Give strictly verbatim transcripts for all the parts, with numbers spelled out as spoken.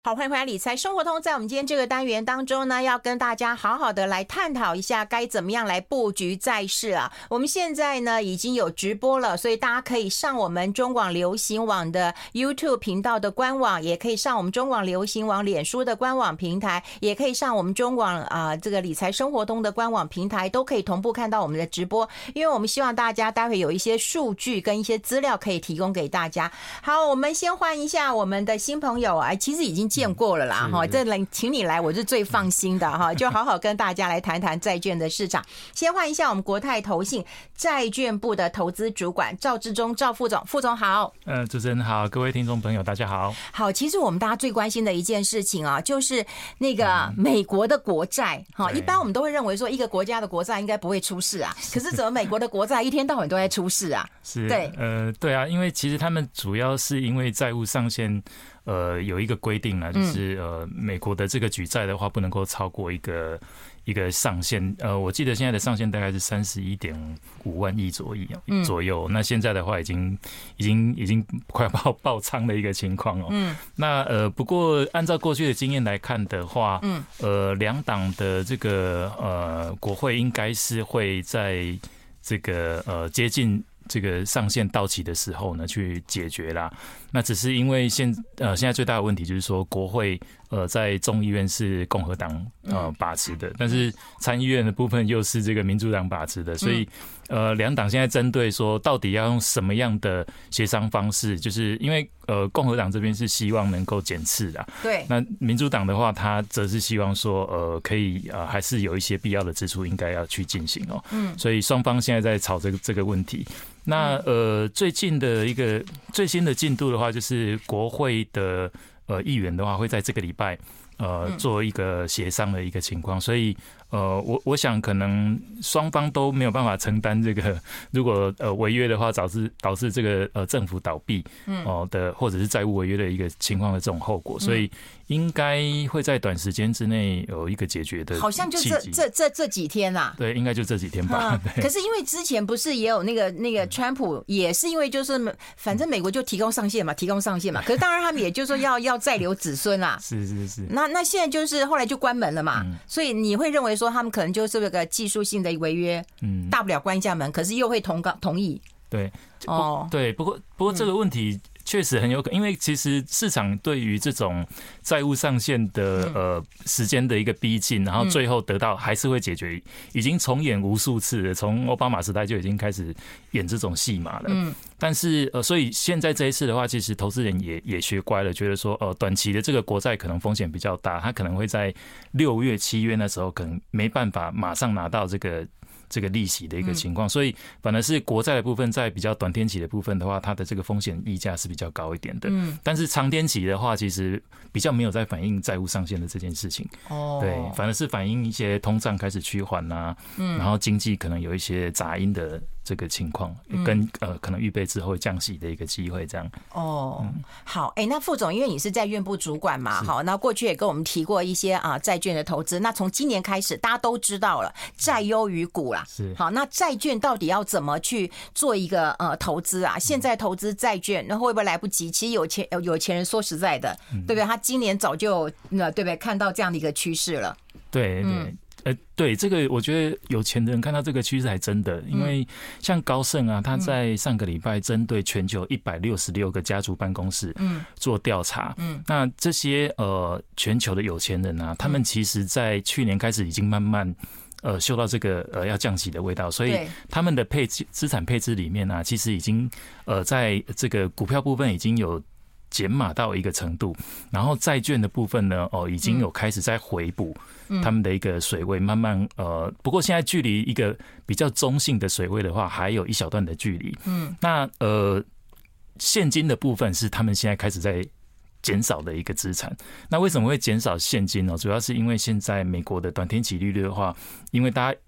好，欢迎回来理财生活通。在我们今天这个单元当中呢，要跟大家好好的来探讨一下该怎么样来布局债市啊。我们现在呢已经有直播了，所以大家可以上我们中广流行网的 YouTube 频道的官网，也可以上我们中广流行网脸书的官网平台，也可以上我们中广啊、呃、这个理财生活通的官网平台，都可以同步看到我们的直播。因为我们希望大家待会有一些数据跟一些资料可以提供给大家。好，我们先换一下我们的新朋友啊，其实已经见过了啦哈，这来请你来我是最放心的哈，就好好跟大家来谈谈债券的市场。先换一下我们国泰投信债券部的投资主管赵志忠赵副总，副总好。 呃，主持人好，各位听众朋友大家好。 好，其实我们大家最关心的一件事情啊，就是那个美国的国债哈、嗯，一般我们都会认为说一个国家的国债应该不会出事啊，可是怎么美国的国债一天到晚都在出事啊？ 是， 对， 呃，对啊，因为其实他们主要是因为债务上限。呃，有一个规定呢，就是呃，美国的这个举债的话，不能够超过一个一个上限。呃，我记得现在的上限大概是三十一点五万亿左右左右。那现在的话，已经已经已经快要爆爆仓的一个情况哦。嗯。那呃，不过按照过去的经验来看的话，嗯，呃，两党的这个呃国会应该是会在这个呃接近。这个上限到期的时候呢，去解决啦。那只是因为现呃现在最大的问题就是说，国会呃在众议院是共和党呃把持的，但是参议院的部分又是这个民主党把持的，所以呃两党现在针对说到底要用什么样的协商方式，就是因为呃共和党这边是希望能够减次的， 对， 那民主党的话，他则是希望说呃可以呃还是有一些必要的支出应该要去进行哦，嗯，所以双方现在在吵这个这个问题。那呃，最近的一个最新的进度的话，就是国会的呃议员的话，会在这个礼拜呃做一个协商的一个情况，所以呃，我我想可能双方都没有办法承担这个，如果呃违约的话，导致导致这个呃政府倒闭哦的，或者是债务违约的一个情况的这种后果，所以应该会在短时间之内有一个解决的契机。 好像就这这这这几天啦、啊。 对，应该就这几天吧。 嗯、可是因为之前不是也有那个那个川普也是因为就是反正美国就提供上限嘛，提供上限嘛。可是当然他们也就是说要要再留子孙啦。 是是是。 那那现在就是后来就关门了嘛，嗯、所以你会认为说他们可能就是这个技术性的违约，嗯，大不了关一下门，可是又会同同意。 对，哦，对，不过不过这个问题。嗯确实很有可能，因为其实市场对于这种债务上限的呃时间的一个逼近，然后最后得到还是会解决，已经重演无数次了。从奥巴马时代就已经开始演这种戏码了。嗯，但是呃，所以现在这一次的话，其实投资人也也学乖了，觉得说呃，短期的这个国债可能风险比较大，它可能会在六月、七月那时候可能没办法马上拿到这个。这个利息的一个情况，所以反而是国债的部分，在比较短天期的部分的话，它的这个风险溢价是比较高一点的。嗯，但是长天期的话，其实比较没有在反映债务上限的这件事情。哦，对，反而是反映一些通胀开始趋缓呐，嗯，然后经济可能有一些杂音的这个情况，跟呃可能预备之后降息的一个机会这样。 哦，嗯、好，哎、欸，那副总，因为你是在院部主管嘛，好，那过去也跟我们提过一些啊债券的投资，那从今年开始，大家都知道了，债优于股啦。 是好，那债券到底要怎么去做一个呃投资啊？现在投资债券，那会不会来不及？其实有钱有钱人说实在的，对不对？他今年早就那对不对？看到这样的一个趋势了。 对对。嗯呃，对这个，我觉得有钱人看到这个趋势还真的，因为像高盛啊，他在上个礼拜针对全球一百六十六个家族办公室做调查，嗯，那这些呃全球的有钱人啊，他们其实在去年开始已经慢慢呃嗅到这个呃要降息的味道，所以他们的配置资产配置里面啊，其实已经呃在这个股票部分已经有减码到一个程度，然后债券的部分呢，哦，已经有开始在回补他们的一个水位，慢慢呃，不过现在距离一个比较中性的水位的话，还有一小段的距离。嗯，那呃，现金的部分是他们现在开始在减少的一个资产。那为什么会减少现金呢？主要是因为现在美国的短天期利率的话，因为大家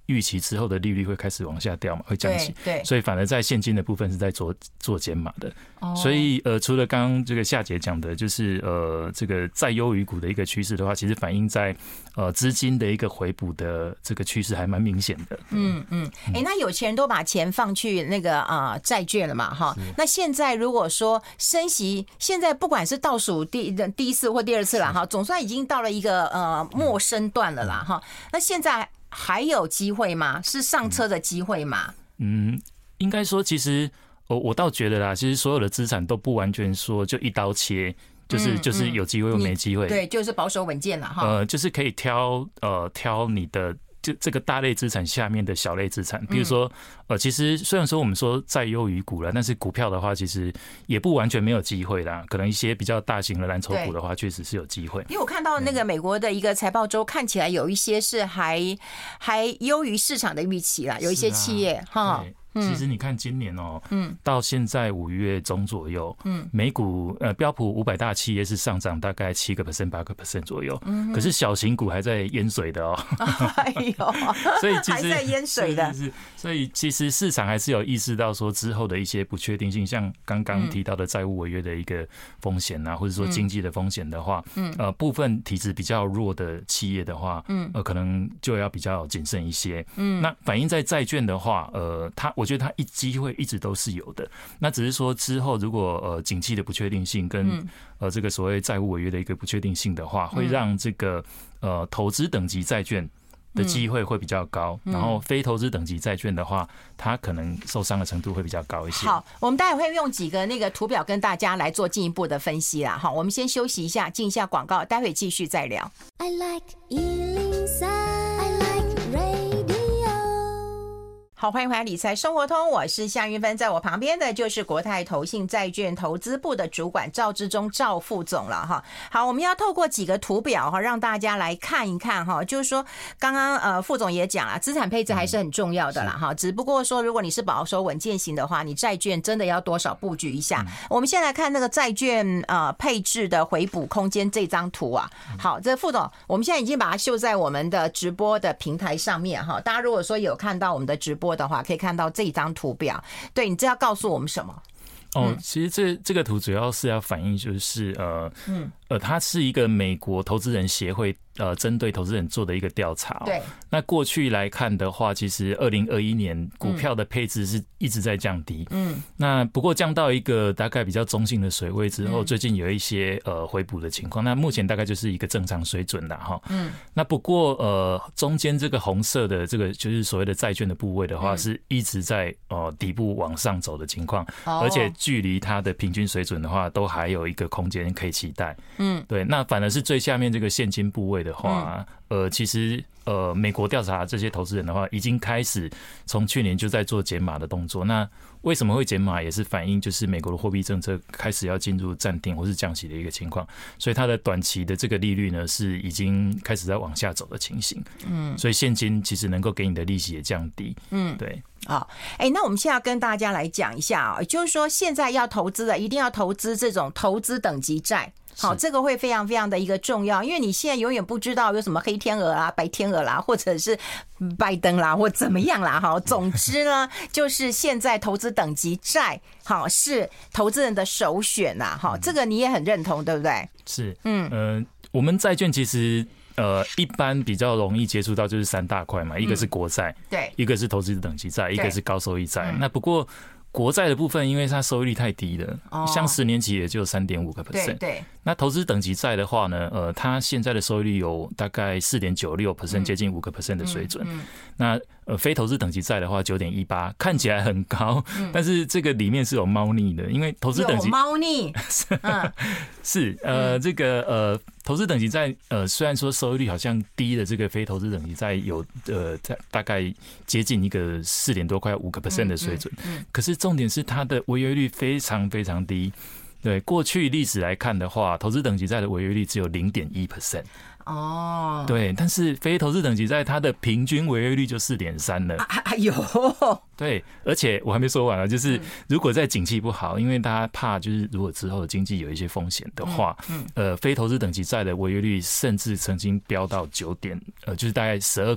预期之后的利率会开始往下掉嘛，会降息， 对，对， 所以反而在现金的部分是在做做减码的。 哦、 所以呃，除了刚刚这个夏姐讲的，就是呃这个在优于股的一个趋势的话，其实反映在呃资金的一个回补的这个趋势还蛮明显的。 嗯嗯，哎、欸，那有钱人都把钱放去那个啊、呃、债券了嘛，哈。那现在如果说升息，现在不管是倒数第第一次或第二次了哈，总算已经到了一个呃末升段了啦哈。那现在还有机会吗？是上车的机会吗？ 嗯，应该说，其实我我倒觉得啦，其实所有的资产都不完全说就一刀切，就是就是有机会又没机会， 对，就是保守稳健了哈。 呃，就是可以挑呃挑你的。就这个大类资产下面的小类资产，比如说，呃，其实虽然说我们说再优于股了，但是股票的话，其实也不完全没有机会啦。可能一些比较大型的蓝筹股的话，确实是有机会。 因为我看到那个美国的一个财报周，看起来有一些是还还优于市场的预期啦，有一些企业哈。 其实你看今年哦、喔，嗯，到现在五月中左右，嗯，美股呃标普五百大企业是上涨大概七个 percent 八个 percent 左右，嗯，可是小型股还在淹水的哦、喔， 哎呦， 所以其实还在淹水的， 是是是，所以其实市场还是有意识到说之后的一些不确定性，像刚刚提到的债务违约的一个风险啊，或者说经济的风险的话，嗯，呃，部分体质比较弱的企业的话，嗯，呃，可能就要比较谨慎一些，嗯，那反映在债券的话，呃，它我觉得它一机会一直都是有的，那只是说之后如果呃景气的不确定性跟呃这个所谓债务违约的一个不确定性的话，会让这个呃投资等级债券的机会会比较高，然后非投资等级债券的话，它可能受伤的程度会比较高一些。 好，我们待会会用几个那个图表跟大家来做进一步的分析啦。好，我们先休息一下，进一下广告，待会继续再聊。I like 一零三 I like radio。好，欢迎回来理财生活通，我是夏云芬，在我旁边的就是国泰投信债券投资部的主管赵志忠赵副总了哈。好，我们要透过几个图表哈，让大家来看一看哈，就是说刚刚呃副总也讲了，资产配置还是很重要的啦哈，只不过说如果你是保守稳健型的话，你债券真的要多少布局一下。嗯、我们先来看那个债券呃配置的回补空间这张图啊。好，这副总，我们现在已经把它秀在我们的直播的平台上面哈，大家如果说有看到我们的直播的话，可以看到这张图表。对，你这要告诉我们什么？ 哦，其实这这个图主要是要反映就是呃，嗯呃，它是一个美国投资人协会呃针对投资人做的一个调查、哦。对。那过去来看的话，其实二零二一年股票的配置是一直在降低。嗯。那不过降到一个大概比较中性的水位之后，最近有一些呃回补的情况。那目前大概就是一个正常水准啦哈。嗯。那不过呃中间这个红色的这个就是所谓的债券的部位的话，是一直在呃底部往上走的情况，而且距离它的平均水准的话，都还有一个空间可以期待。嗯，对。那反而是最下面这个现金部位的话，嗯、呃，其实呃，美国调查这些投资人的话，已经开始从去年就在做减码的动作。那为什么会减码，也是反映就是美国的货币政策开始要进入暂停或是降息的一个情况，所以它的短期的这个利率呢，是已经开始在往下走的情形。嗯，所以现金其实能够给你的利息也降低。嗯，对。 好，哎，那我们现在要跟大家来讲一下啊、哦，就是说现在要投资的，一定要投资这种投资等级债。好，这个会非常非常的一个重要，因为你现在永远不知道有什么黑天鹅啊、白天鹅啦，或者是拜登啦，或怎么样啦。好，总之呢，就是现在投资等级债，好是投资人的首选呐。好，这个你也很认同，对不对？ 是，嗯呃，我们债券其实。呃，一般比较容易接触到就是三大块嘛，一个是国债、嗯，对，一个是投资等级债，一个是高收益债。那不过国债的部分，因为它收益率太低了，哦、像十年期也就三点五个 percent。对，那投资等级债的话呢，呃，它现在的收益率有大概四点九六 percent， 接近五个 percent 的水准。嗯嗯、那呃，非投资等级债的话，九点一八，看起来很高，嗯、但是这个里面是有猫腻的，因为投资等级有猫腻， 嗯、是呃，这个呃，投资等级债呃，虽然说收益率好像低的这个非投资等级债有呃，大概接近一个四点多快五个 percent 的水准，嗯嗯嗯、可是重点是它的违约率非常非常低。对，过去历史来看的话，投资等级债的违约率只有零点一 percent。哦，对，但是非投资等级债它的平均违约率就四点三了。 哎呦， 对，而且我还没说完啊，就是如果在景气不好，因为大家怕就是如果之后的经济有一些风险的话，嗯，呃，非投资等级债的违约率甚至曾经飙到九点，呃，就是大概十二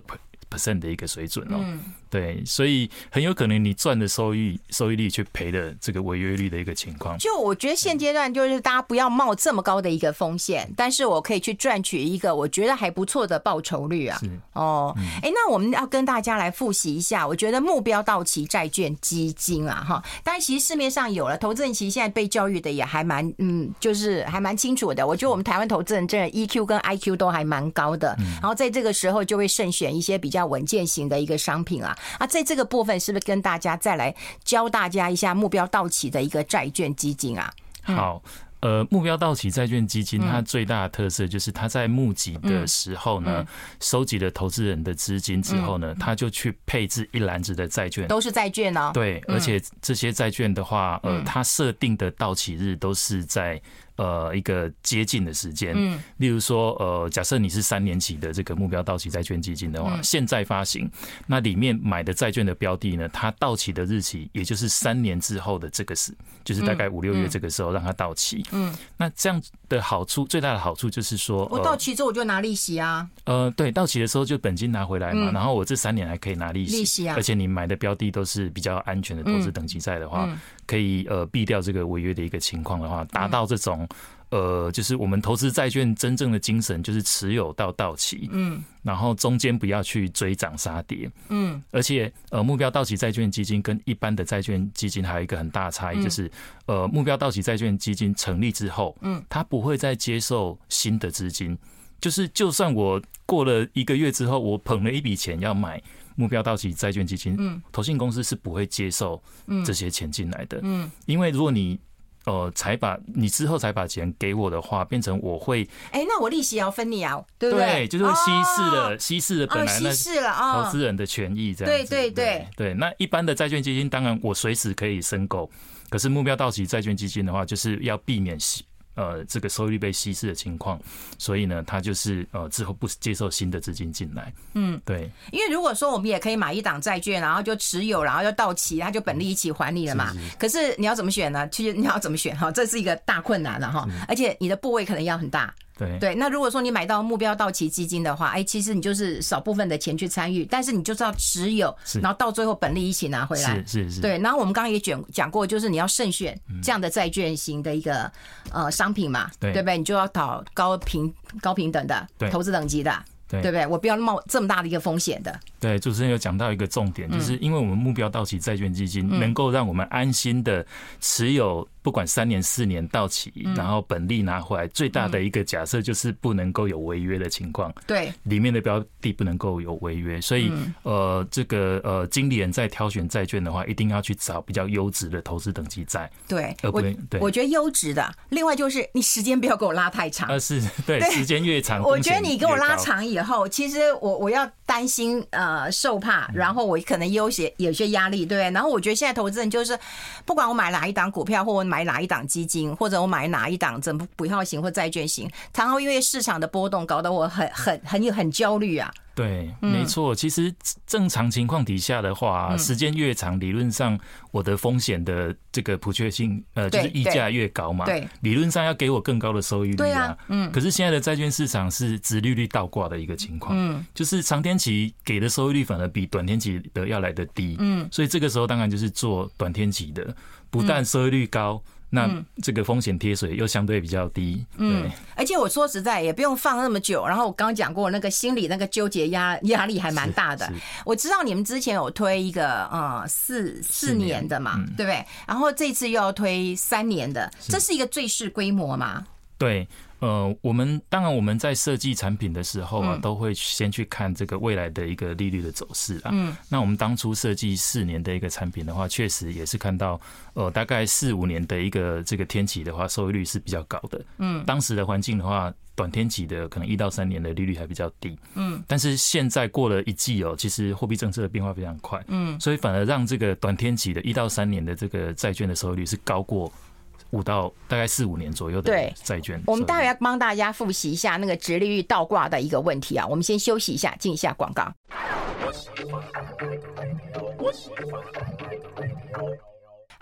percent 的一个水准哦。嗯，对，所以很有可能你赚的收益收益率却赔了这个违约率的一个情况。 就我觉得现阶段就是大家不要冒这么高的一个风险，但是我可以去赚取一个我觉得还不错的报酬率啊。哦，哎、嗯，那我们要跟大家来复习一下，我觉得目标到期债券基金啊，哈，当然其实市面上有了，投资人其实现在被教育的也还蛮，嗯，就是还蛮清楚的。我觉得我们台湾投资人真的 E Q 跟 I Q 都还蛮高的，然后在这个时候就会慎选一些比较稳健型的一个商品啊。啊，在这个部分是不是跟大家再来教大家一下目标到期的一个债券基金啊？ 嗯、好。呃，目标到期债券基金它最大的特色就是它在募集的时候呢，嗯、收集了投资人的资金之后呢，它、嗯、就去配置一篮子的债券， 都是债券哦。 对，而且这些债券的话，呃，它设定的到期日都是在呃一个接近的时间。嗯，例如说，呃，假设你是三年期的这个目标到期债券基金的话，嗯、现在发行，那里面买的债券的标的呢，它到期的日期也就是三年之后的这个时，就是大概五六月这个时候让它到期。嗯，那这样的好处，最大的好处就是说， 我到期之后我就拿利息啊。 呃，对，到期的时候就本金拿回来嘛，嗯、然后我这三年还可以拿利息， 利息啊， 而且你买的标的都是比较安全的投资等级债的话，嗯、可以呃避掉这个违约的一个情况的话，达到这种。呃，就是我们投资债券真正的精神，就是持有到到期，嗯，然后中间不要去追涨杀跌，嗯，而且呃，目标到期债券基金跟一般的债券基金还有一个很大的差异，就是呃，目标到期债券基金成立之后，嗯，它不会再接受新的资金，就是就算我过了一个月之后，我捧了一笔钱要买目标到期债券基金，嗯，投信公司是不会接受这些钱进来的，嗯，因为如果你呃，才把你之后才把钱给我的话，变成我会， 哎、欸，那我利息也要分你啊，对不对？ 对，就是会稀释了，稀释了本来那稀释了啊， 投资人的权益这样子。 对对对对, 对。那一般的债券基金，当然我随时可以申购，可是目标到期债券基金的话，就是要避免呃这个收益率被稀释的情况，所以呢，它就是呃之后不接受新的资金进来。嗯，对。 因为如果说我们也可以买一档债券，然后就持有，然后就到期，它就本利一起还你了嘛。是是，可是你要怎么选呢？其实你要怎么选哈，这是一个大困难了哈，而且你的部位可能要很大。 对对，那如果说你买到目标到期基金的话，哎，其实你就是少部分的钱去参与，但是你就是要持有，然后到最后本利一起拿回来。 是是是。 对，然后我们刚刚也讲讲过，就是你要慎选这样的债券型的一个呃商品嘛，对不对？你就要找高平高平等的投资等级的。对, 对不对？我不要冒这么大的一个风险的。 对，主持人有讲到一个重点，就是因为我们目标到期债券基金能够让我们安心的持有，不管三年四年到期，然后本利拿回来，最大的一个假设就是不能够有违约的情况。对，里面的标的不能够有违约，所以呃，这个呃，经理人在挑选债券的话，一定要去找比较优质的投资等级债。 对，而不对，我觉得优质的。另外就是你时间不要给我拉太长。 呃，是对，时间越长， 我觉得你给我拉长以后，其实我我要担心呃受怕，然后我可能有些有些压力，对不对？然后我觉得现在投资人就是，不管我买哪一档股票，或我买哪一档基金，或者我买哪一档整股票型或债券型，常常因为市场的波动，搞得我很很很很焦虑啊。 对，没错。其实正常情况底下的话，时间越长，理论上我的风险的这个普确性，呃，就是溢价越高嘛。对，理论上要给我更高的收益率啊。对啊，嗯。可是现在的债券市场是殖利率倒挂的一个情况，嗯，就是长天期给的收益率反而比短天期的要来得低，嗯，所以这个时候当然就是做短天期的，不但收益率高。那这个风险贴水又相对比较低，嗯， 而且我说实在也不用放那么久。然后我刚刚讲过，那个心理那个纠结压压力还蛮大的。我知道你们之前有推一个呃四四年的嘛，嗯、对不对？然后这次又要推三年的，这是一个最适规模吗？ 对。呃，我们当然我们在设计产品的时候啊，都会先去看这个未来的一个利率的走势啊。嗯，那我们当初设计四年的一个产品的话，确实也是看到呃大概四五年的一个这个天期的话，收益率是比较高的。嗯，当时的环境的话，短天期的可能一到三年的利率还比较低。嗯，但是现在过了一季哦，其实货币政策的变化非常快。嗯，所以反而让这个短天期的一到三年的这个债券的收益率是高过五到大概四五年左右的债券。 我们待会要帮大家复习一下那个殖利率倒挂的一个问题啊。我们先休息一下，进一下广告。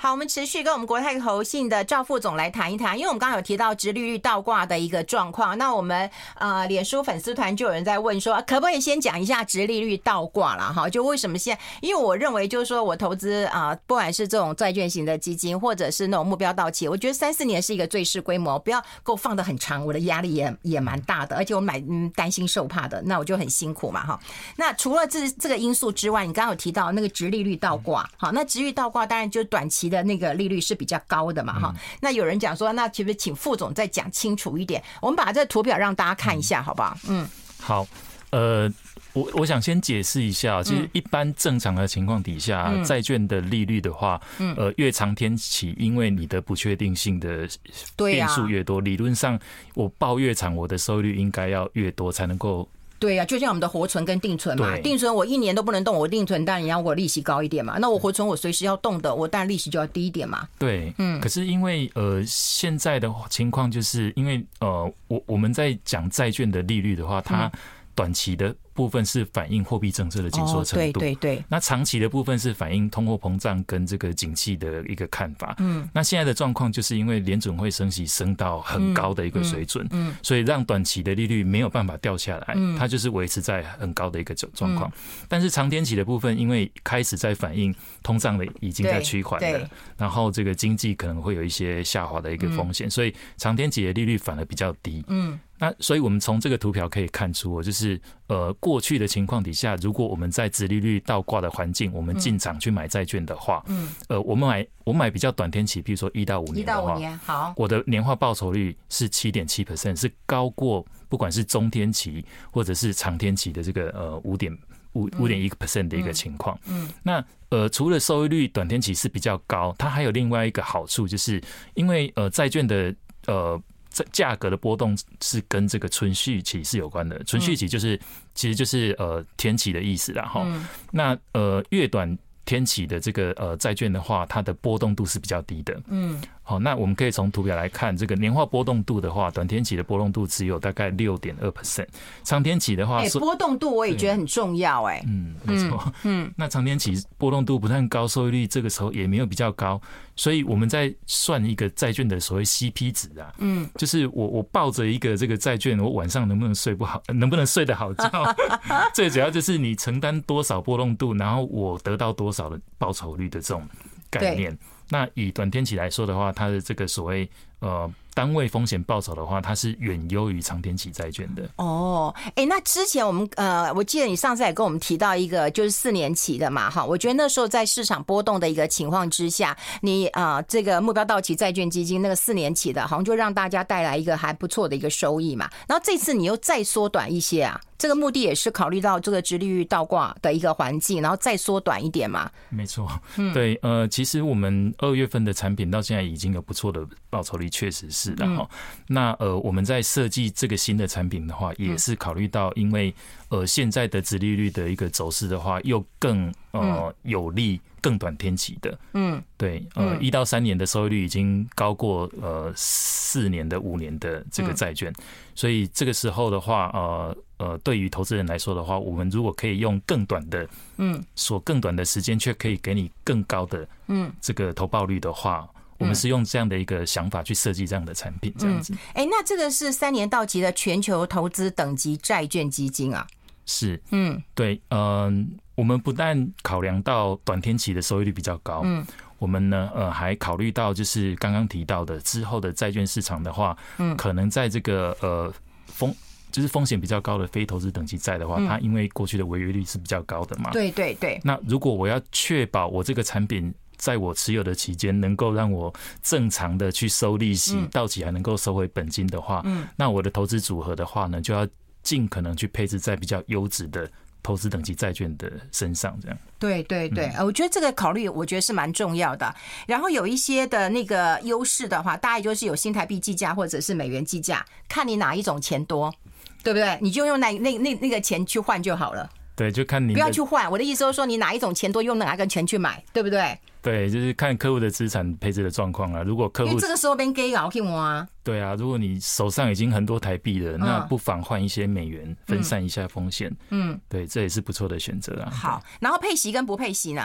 好，我们持续跟我们国泰投信的赵副总来谈一谈，因为我们刚刚有提到殖利率倒挂的一个状况。那我们呃，脸书粉丝团就有人在问说，可不可以先讲一下殖利率倒挂了哈？就为什么现在？因为我认为就是说我投资啊、呃，不管是这种债券型的基金，或者是那种目标到期，我觉得三四年是一个最适规模，不要给我放得很长，我的压力也也蛮大的，而且我买嗯担心受怕的，那我就很辛苦嘛哈。那除了这这个因素之外，你刚刚有提到那个殖利率倒挂，好，那殖利率倒挂当然就短期的那个利率是比较高的嘛哈、嗯。那有人讲说，那其实请副总再讲清楚一点，我们把这个图表让大家看一下，好不好？嗯， 好，呃。我我想先解释一下，其实一般正常的情况底下，嗯、债券的利率的话，嗯、呃，越长天期，因为你的不确定性的变数越多，啊、理论上我抱越长，我的收益率应该要越多才能够。 对啊，就像我们的活存跟定存嘛，定存我一年都不能动，我定存当然要我利息高一点嘛。那我活存我随时要动的，我当然利息就要低一点嘛。 对，嗯。可是因为呃现在的情况就是因为呃我我们在讲债券的利率的话，它短期的部分是反映货币政策的紧缩程度， 哦、对对对。 那长期的部分是反映通货膨胀跟这个景气的一个看法。嗯，那现在的状况就是因为联准会升息升到很高的一个水准，嗯，嗯所以让短期的利率没有办法掉下来，嗯，它就是维持在很高的一个状况。嗯、但是长天期的部分，因为开始在反映通胀的已经在趋缓了，然后这个经济可能会有一些下滑的一个风险，嗯、所以长天期的利率反而比较低。嗯。那所以我们从这个图表可以看出，就是呃过去的情况底下，如果我们在殖利率倒挂的环境，我们进场去买债券的话，嗯，呃我们买我买比较短天期，比如说一到五年的话，一到五年，好，我的年化报酬率是 百分之七点七， 是高过不管是中天期或者是长天期的这个呃五点五五点一个 percent 的一个情况。嗯，那呃除了收益率短天期是比较高，它还有另外一个好处，就是因为呃债券的呃。价格的波动是跟这个存续期是有关的，存续期就是、嗯、其实就是呃天期的意思啦哈、嗯。那呃越短天期的这个呃债券的话，它的波动度是比较低的。嗯，好，那我们可以从图表来看，这个年化波动度的话，短天期的波动度只有大概 百分之六点二， 长天期的话， 哎、欸，波动度我也觉得很重要、欸，哎， 嗯，没错，嗯，那长天期波动度不太高，收益率这个时候也没有比较高，所以我们在算一个债券的所谓 C P 值啊，嗯，就是我我抱着一个这个债券，我晚上能不能睡不好，能不能睡得好觉，最主要就是你承担多少波动度，然后我得到多少的报酬率的这种概念。那以短天期来说的话，它的这个所谓呃单位风险报酬的话，它是远优于长天期债券的。 哦，哎、欸，那之前我们呃，我记得你上次也跟我们提到一个就是四年期的嘛，哈，我觉得那时候在市场波动的一个情况之下，你啊、呃、这个目标到期债券基金那个四年期的，好像就让大家带来一个还不错的一个收益嘛。然后这次你又再缩短一些啊。这个目的也是考虑到这个殖利率倒挂的一个环境，然后再缩短一点嘛。 没错，对，呃，其实我们二月份的产品到现在已经有不错的报酬率，确实是的哈、嗯。那呃，我们在设计这个新的产品的话，也是考虑到，因为呃现在的殖利率的一个走势的话，又更呃有利更短天期的，嗯，对，呃，一到三年的收益率已经高过呃四年的、五年的这个债券，嗯、所以这个时候的话，呃呃，对于投资人来说的话，我们如果可以用更短的，嗯，锁更短的时间，却可以给你更高的，嗯，这个投报率的话。我们是用这样的一个想法去设计这样的产品，这样子。 哎、嗯欸，那这个是三年到期的全球投资等级债券基金啊？ 是，嗯，对，嗯、呃，我们不但考量到短天期的收益率比较高，嗯，我们呢，呃，还考虑到就是刚刚提到的之后的债券市场的话，嗯，可能在这个呃风。就是风险比较高的非投资等级债的话，它因为过去的违约率是比较高的嘛。 对对对。 那如果我要确保我这个产品在我持有的期间能够让我正常的去收利息，到期还能够收回本金的话，那我的投资组合的话呢，就要尽可能去配置在比较优质的投资等级债券的身上，这样。 对对对，我觉得这个考虑，我觉得是蛮重要的。然后有一些的那个优势的话，大概就是有新台币计价或者是美元计价，看你哪一种钱多。对不对？你就用那那那那个钱去换就好了。 对，就看你不要去换。我的意思是说，你哪一种钱多，用哪个钱去买，对不对？ 对，就是看客户的资产配置的状况啊。如果客户因为这个时候边给搞去挖。 对啊，如果你手上已经很多台币了，那不妨换一些美元，分散一下风险。嗯，对，这也是不错的选择啊。 好，然后配息跟不配息呢？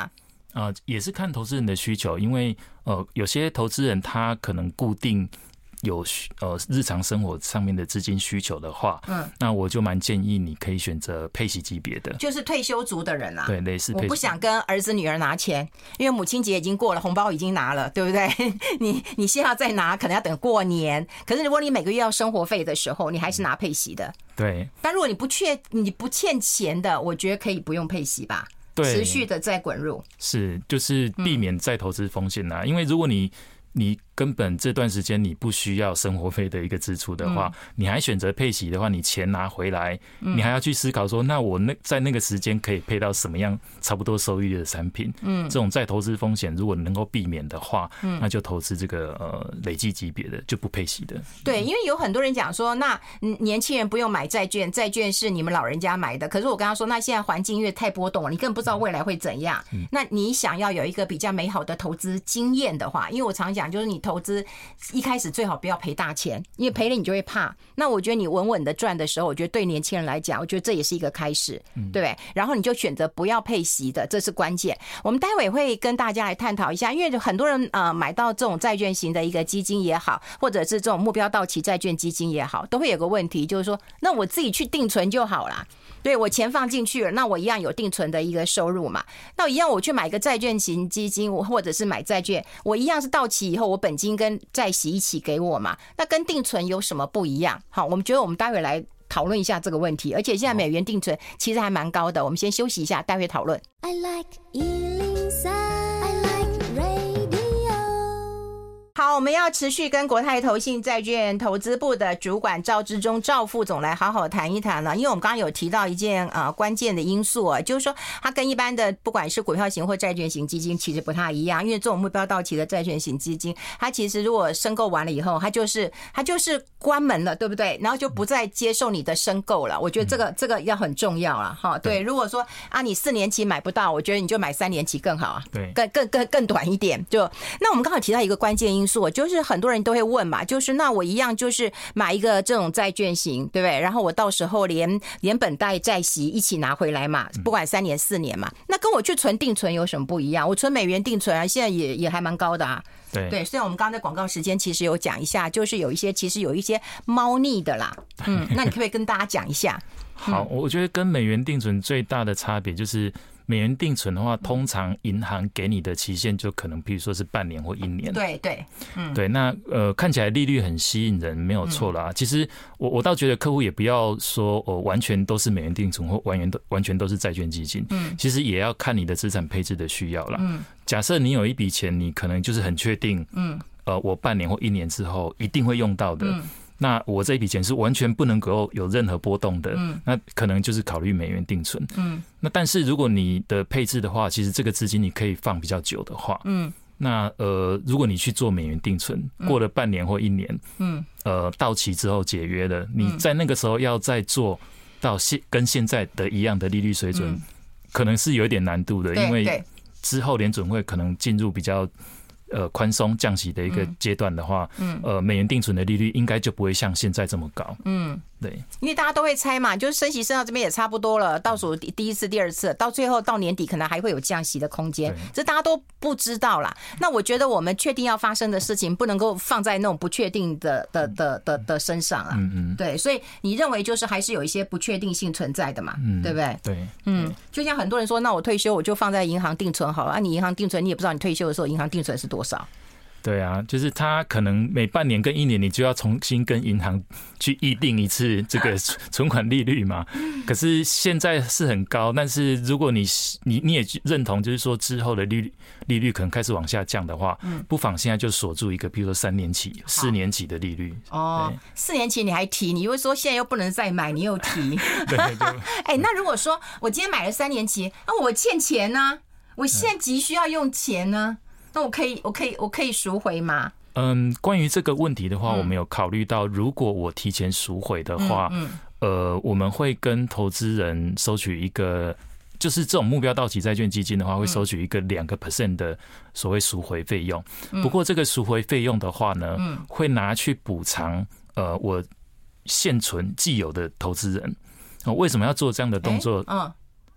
啊、呃，也是看投资人的需求，因为呃，有些投资人他可能固定有呃日常生活上面的资金需求的话，嗯，那我就蛮建议你可以选择配息级别的， 就是退休族的人啊， 对，类似配息。 我不想跟儿子女儿拿钱，因为母亲节已经过了，红包已经拿了，对不对？你你现在再拿，可能要等过年。可是如果你每个月要生活费的时候，你还是拿配息的， 对。 但如果你不缺你不欠钱的，我觉得可以不用配息吧，持续的再滚入， 是就是避免再投资风险啦、嗯。因为如果你你根本这段时间你不需要生活费的一个支出的话，嗯、你还选择配息的话，你钱拿回来，嗯、你还要去思考说，那我那在那个时间可以配到什么样差不多收益的产品？嗯，这种再投资风险如果能够避免的话，嗯、那就投资这个呃累计级别的，就不配息的。 对，因为有很多人讲说，那年轻人不用买债券，债券是你们老人家买的。可是我跟他说，那现在环境因为太波动了，你根本不知道未来会怎样。嗯、那你想要有一个比较美好的投资经验的话，因为我常讲，就是你投资一开始最好不要赔大钱，因为赔了你就会怕。那我觉得你稳稳的赚的时候，我觉得对年轻人来讲，我觉得这也是一个开始，对不对？然后你就选择不要配息的，这是关键。我们待会会跟大家来探讨一下，因为很多人呃买到这种债券型的一个基金也好，或者是这种目标到期债券基金也好，都会有个问题，就是说，那我自己去定存就好啦。对，我钱放进去了，那我一样有定存的一个收入嘛。那我一样我去买个债券型基金，或者是买债券，我一样是到期以后，我本金跟债息一起给我嘛。那跟定存有什么不一样？好，我们觉得我们待会来讨论一下这个问题。而且现在美元定存其实还蛮高的，我们先休息一下，待会讨论。I like 一零三 I like radio。好，我们要持续跟国泰投信债券投资部的主管赵志忠赵副总来好好谈一谈了。因为我们刚刚有提到一件呃关键的因素啊，就是说它跟一般的不管是股票型或债券型基金其实不太一样，因为这种目标到期的债券型基金，它其实如果申购完了以后，它就是它就是关门了，对不对？然后就不再接受你的申购了。我觉得这个这个要很重要了哈。对，如果说啊你四年期买不到，我觉得你就买三年期更好啊， 对， 更更更更短一点。就那我们刚好提到一个关键因素。就是很多人都会问嘛，就是那我一样就是买一个这种债券型，对不对？然后我到时候连连本带债息一起拿回来嘛，不管三年四年嘛，那跟我去存定存有什么不一样？我存美元定存啊，现在也也还蛮高的啊。 对对，虽然我们刚刚在广告时间其实有讲一下，就是有一些其实有一些猫腻的啦。嗯，那你可不可以跟大家讲一下？ 好，我觉得跟美元定存最大的差别就是。美元定存的话，通常银行给你的期限就可能，比如说是半年或一年。 对对，嗯， 对。那呃，看起来利率很吸引人，没有错啦。嗯、其实我我倒觉得客户也不要说哦，完全都是美元定存或完全都完全都是债券基金。嗯，其实也要看你的资产配置的需要啦。嗯，假设你有一笔钱，你可能就是很确定，嗯，呃，我半年或一年之后一定会用到的。嗯，那我这一笔钱是完全不能够有任何波动的，嗯，那可能就是考虑美元定存，嗯，那但是如果你的配置的话，其实这个资金你可以放比较久的话，嗯，那呃，如果你去做美元定存，过了半年或一年，嗯，呃，到期之后解约了，你在那个时候要再做到现跟现在的一样的利率水准，嗯，可能是有一点难度的，因为之后联准会可能进入比较。呃，宽松降息的一个阶段的话，嗯，呃，美元定存的利率应该就不会像现在这么高，嗯，对， 因为大家都会猜嘛，就是升息升到这边也差不多了，倒数第一次、第二次，到最后到年底可能还会有降息的空间，这大家都不知道啦。那我觉得我们确定要发生的事情，不能够放在那种不确定的的的的的身上啦，嗯嗯，对，所以你认为就是还是有一些不确定性存在的嘛，嗯，对不对？ 对， 嗯，就像很多人说，那我退休我就放在银行定存好了，啊，你银行定存你也不知道你退休的时候银行定存是多少。 对啊，就是他可能每半年跟一年，你就要重新跟银行去议定一次这个存款利率嘛。可是现在是很高，但是如果你你你也认同，就是说之后的利率利率可能开始往下降的话，不妨现在就锁住一个，比如说三年期、四年期的利率。 哦，四年期你还提，你又说现在又不能再买，你又提。对对。哎，那如果说我今天买了三年期，那我欠钱呢、啊？我现在急需要用钱呢、啊？那我可以，我可以，我可以赎回吗？ 嗯，关于这个问题的话，我们有考虑到，如果我提前赎回的话，嗯嗯、呃，我们会跟投资人收取一个，就是这种目标到期债券基金的话，会收取一个两个 percent 的所谓赎回费用。不过这个赎回费用的话呢，嗯、会拿去补偿呃我现存既有的投资人。为什么要做这样的动作？ 欸、嗯。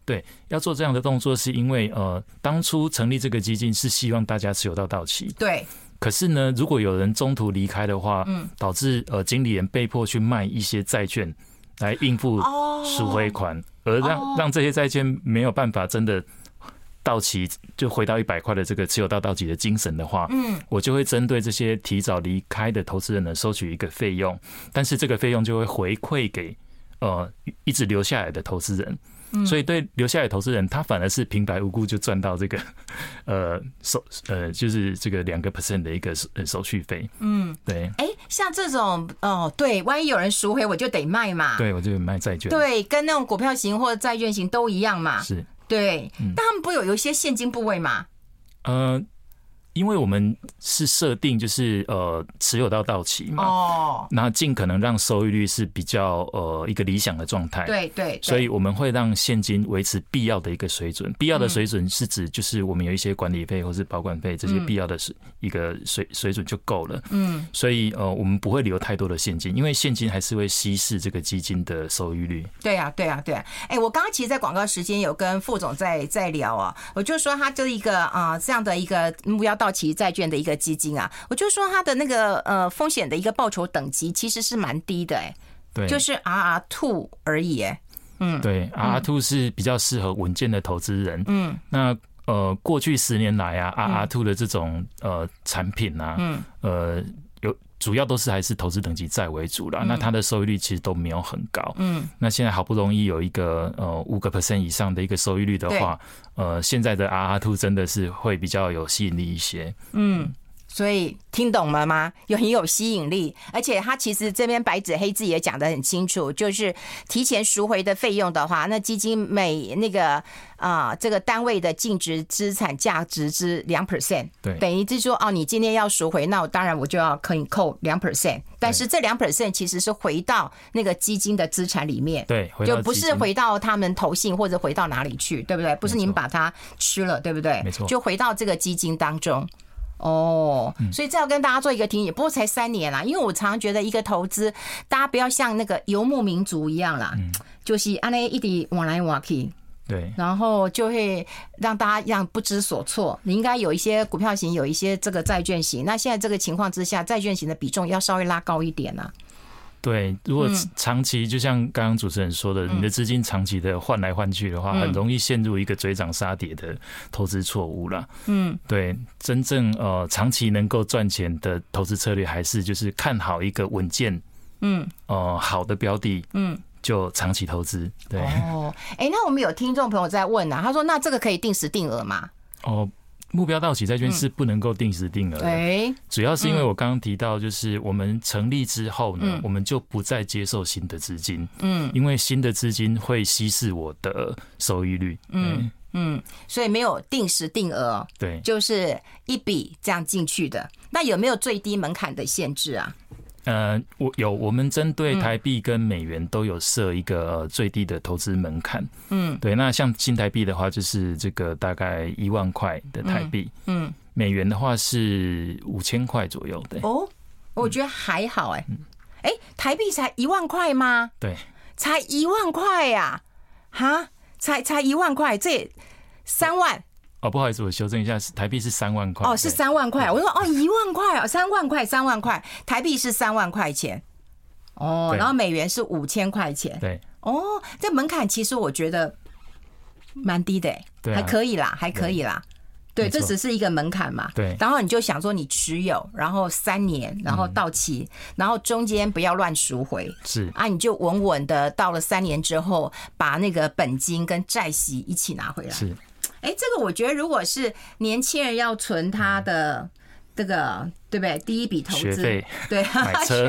对，要做这样的动作是因为呃，当初成立这个基金是希望大家持有到到期。 对。 可是呢，如果有人中途离开的话，嗯，导致呃经理人被迫去卖一些债券来应付赎回款，哦、而让、哦、让这些债券没有办法真的到期，就回到一百块的这个持有到到期的精神的话，嗯，我就会针对这些提早离开的投资人呢收取一个费用，但是这个费用就会回馈给呃一直留下来的投资人。所以对留下来的投资人，他反而是平白无故就赚到这个，呃，手呃，就是这个两个 percent 的一个手续费。嗯，对。 哎、欸，像这种哦，对，万一有人赎回，我就得卖嘛。 对，我就卖债券。 对，跟那种股票型或者债券型都一样嘛。 是。 对，嗯、但他们不有有一些现金部位嘛？ 呃。因为我们是设定就是呃持有到到期嘛，哦，那尽可能让收益率是比较呃一个理想的状态， 对 对, 对， 所以我们会让现金维持必要的一个水准。必要的水准是指就是我们有一些管理费或是保管费这些必要的一个水水准就够了，嗯，所以呃我们不会留太多的现金，因为现金还是会稀释这个基金的收益率。 对啊，对啊，对啊。哎、欸，我刚刚其实，在广告时间有跟副总在在聊啊，我就说他这一个啊、呃、这样的一个目标到期债券的一个基金啊，我就说它的那个呃风险的一个报酬等级其实是蛮低的，哎，对，就是 R R 二 而已，哎，嗯， 对 ，R R 二 是比较适合稳健的投资人，嗯，那呃过去十年来啊 ，R R 二 的这种呃产品啊，嗯，呃有主要都是还是投资等级债为主啦，嗯、那它的收益率其实都没有很高，嗯，那现在好不容易有一个呃五个 percent 以上的一个收益率的话，呃，现在的 R R 二 真的是会比较有吸引力一些，嗯。 所以听懂了吗？有很有吸引力，而且他其实这边白纸黑字也讲得很清楚，就是提前赎回的费用的话，那基金每那个啊、呃、这个单位的净值资产价值之两 percent， 对，等于是说哦，你今天要赎回，那我当然我就要可以扣两 percent， 但是这两 percent 其实是回到那个基金的资产里面， 对， 就不是回到他们投信或者回到哪里去，对不对？不是你们把它吃了，对不对？ 没错， 就回到这个基金当中。哦，所以这要跟大家做一个提醒，不过才三年啦，因为我常常觉得一个投资，大家不要像那个游牧民族一样啦，嗯、就是按那一直往来往去， 对， 然后就会让大家让不知所措。你应该有一些股票型，有一些这个债券型，那现在这个情况之下，债券型的比重要稍微拉高一点啊。 对，如果长期就像刚刚主持人说的，你的资金长期的换来换去的话，很容易陷入一个追涨杀跌的投资错误啦。嗯，对，真正呃长期能够赚钱的投资策略，还是就是看好一个稳健，嗯，呃好的标的，嗯，就长期投资。对， 哦，哎，那我们有听众朋友在问啊，他说那这个可以定时定额吗？ 哦。目标到期债券是不能够定时定额的，嗯、主要是因为我刚刚提到，就是我们成立之后呢，嗯、我们就不再接受新的资金，嗯，因为新的资金会稀释我的收益率，嗯嗯，所以没有定时定额， 对， 就是一笔这样进去的。那有没有最低门槛的限制啊？ 呃，我有，我们针对台币跟美元都有设一个最低的投资门槛。嗯，对。那像新台币的话，就是这个大概一万块的台币。嗯，嗯美元的话是五千块左右的。 哦，我觉得还好哎、欸。哎、嗯欸，台币才一万块吗？ 对， 才一万块呀、啊！哈，才才一万块，这三万。 哦，不好意思，我修正一下，台币是三万块。 哦，是三万块。我说哦，一万块哦，三万块，三万块，台币是三万块钱。哦，然后美元是五千块钱。 对。 哦，这门槛其实我觉得蛮低的、欸，对、啊，还可以啦，还可以啦。对，这只是一个门槛嘛。 对。 然后你就想说，你持有，然后三年，然后到期，嗯、然后中间不要乱赎回。 是。 啊，你就稳稳的到了三年之后，把那个本金跟债息一起拿回来。 是。 哎，这个我觉得，如果是年轻人要存他的这个，对不对？第一笔投资，对， 买车，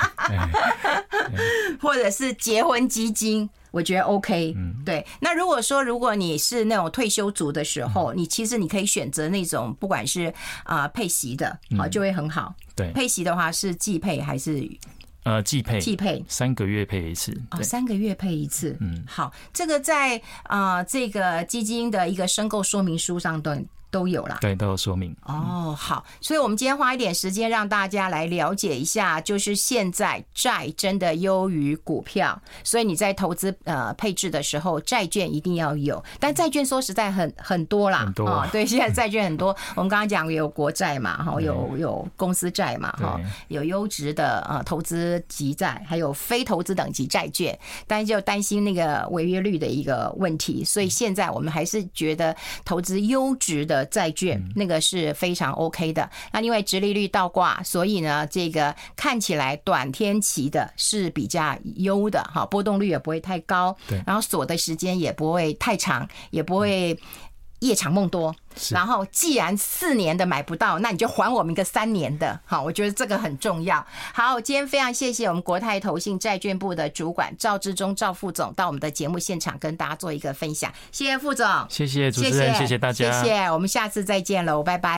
或者是结婚基金，我觉得 OK。对，那如果说如果你是那种退休族的时候，你其实你可以选择那种不管是啊配息的，好就会很好。 对， 配息的话是季配还是？ 呃，季配， 季配， 三个月配一次。 哦，三个月配一次。嗯，好，这个在啊、呃、这个基金的一个申购说明书上都都有啦， 对，都有说明。 哦，好，所以我们今天花一点时间让大家来了解一下，就是现在债真的优于股票，所以你在投资呃配置的时候，债券一定要有。但债券说实在很很多啦， 很多、 哦、对，现在债券很多。我们刚刚讲有国债嘛，哈，有有公司债嘛，哈，有优质的呃投资级债，还有非投资等级债券，但是就担心那个违约率的一个问题，所以现在我们还是觉得投资优质的债券那个是非常 OK 的。那因为殖利率倒挂，所以呢这个看起来短天期的是比较优的，波动率也不会太高，然后锁的时间也不会太长，也不会夜长梦多。然后既然四年的买不到，那你就还我们一个三年的。好，我觉得这个很重要。好，今天非常谢谢我们国泰投信债券部的主管赵志忠赵副总到我们的节目现场跟大家做一个分享。谢谢副总， 谢谢主持人，谢谢大家， 谢谢，我们下次再见喽，拜拜。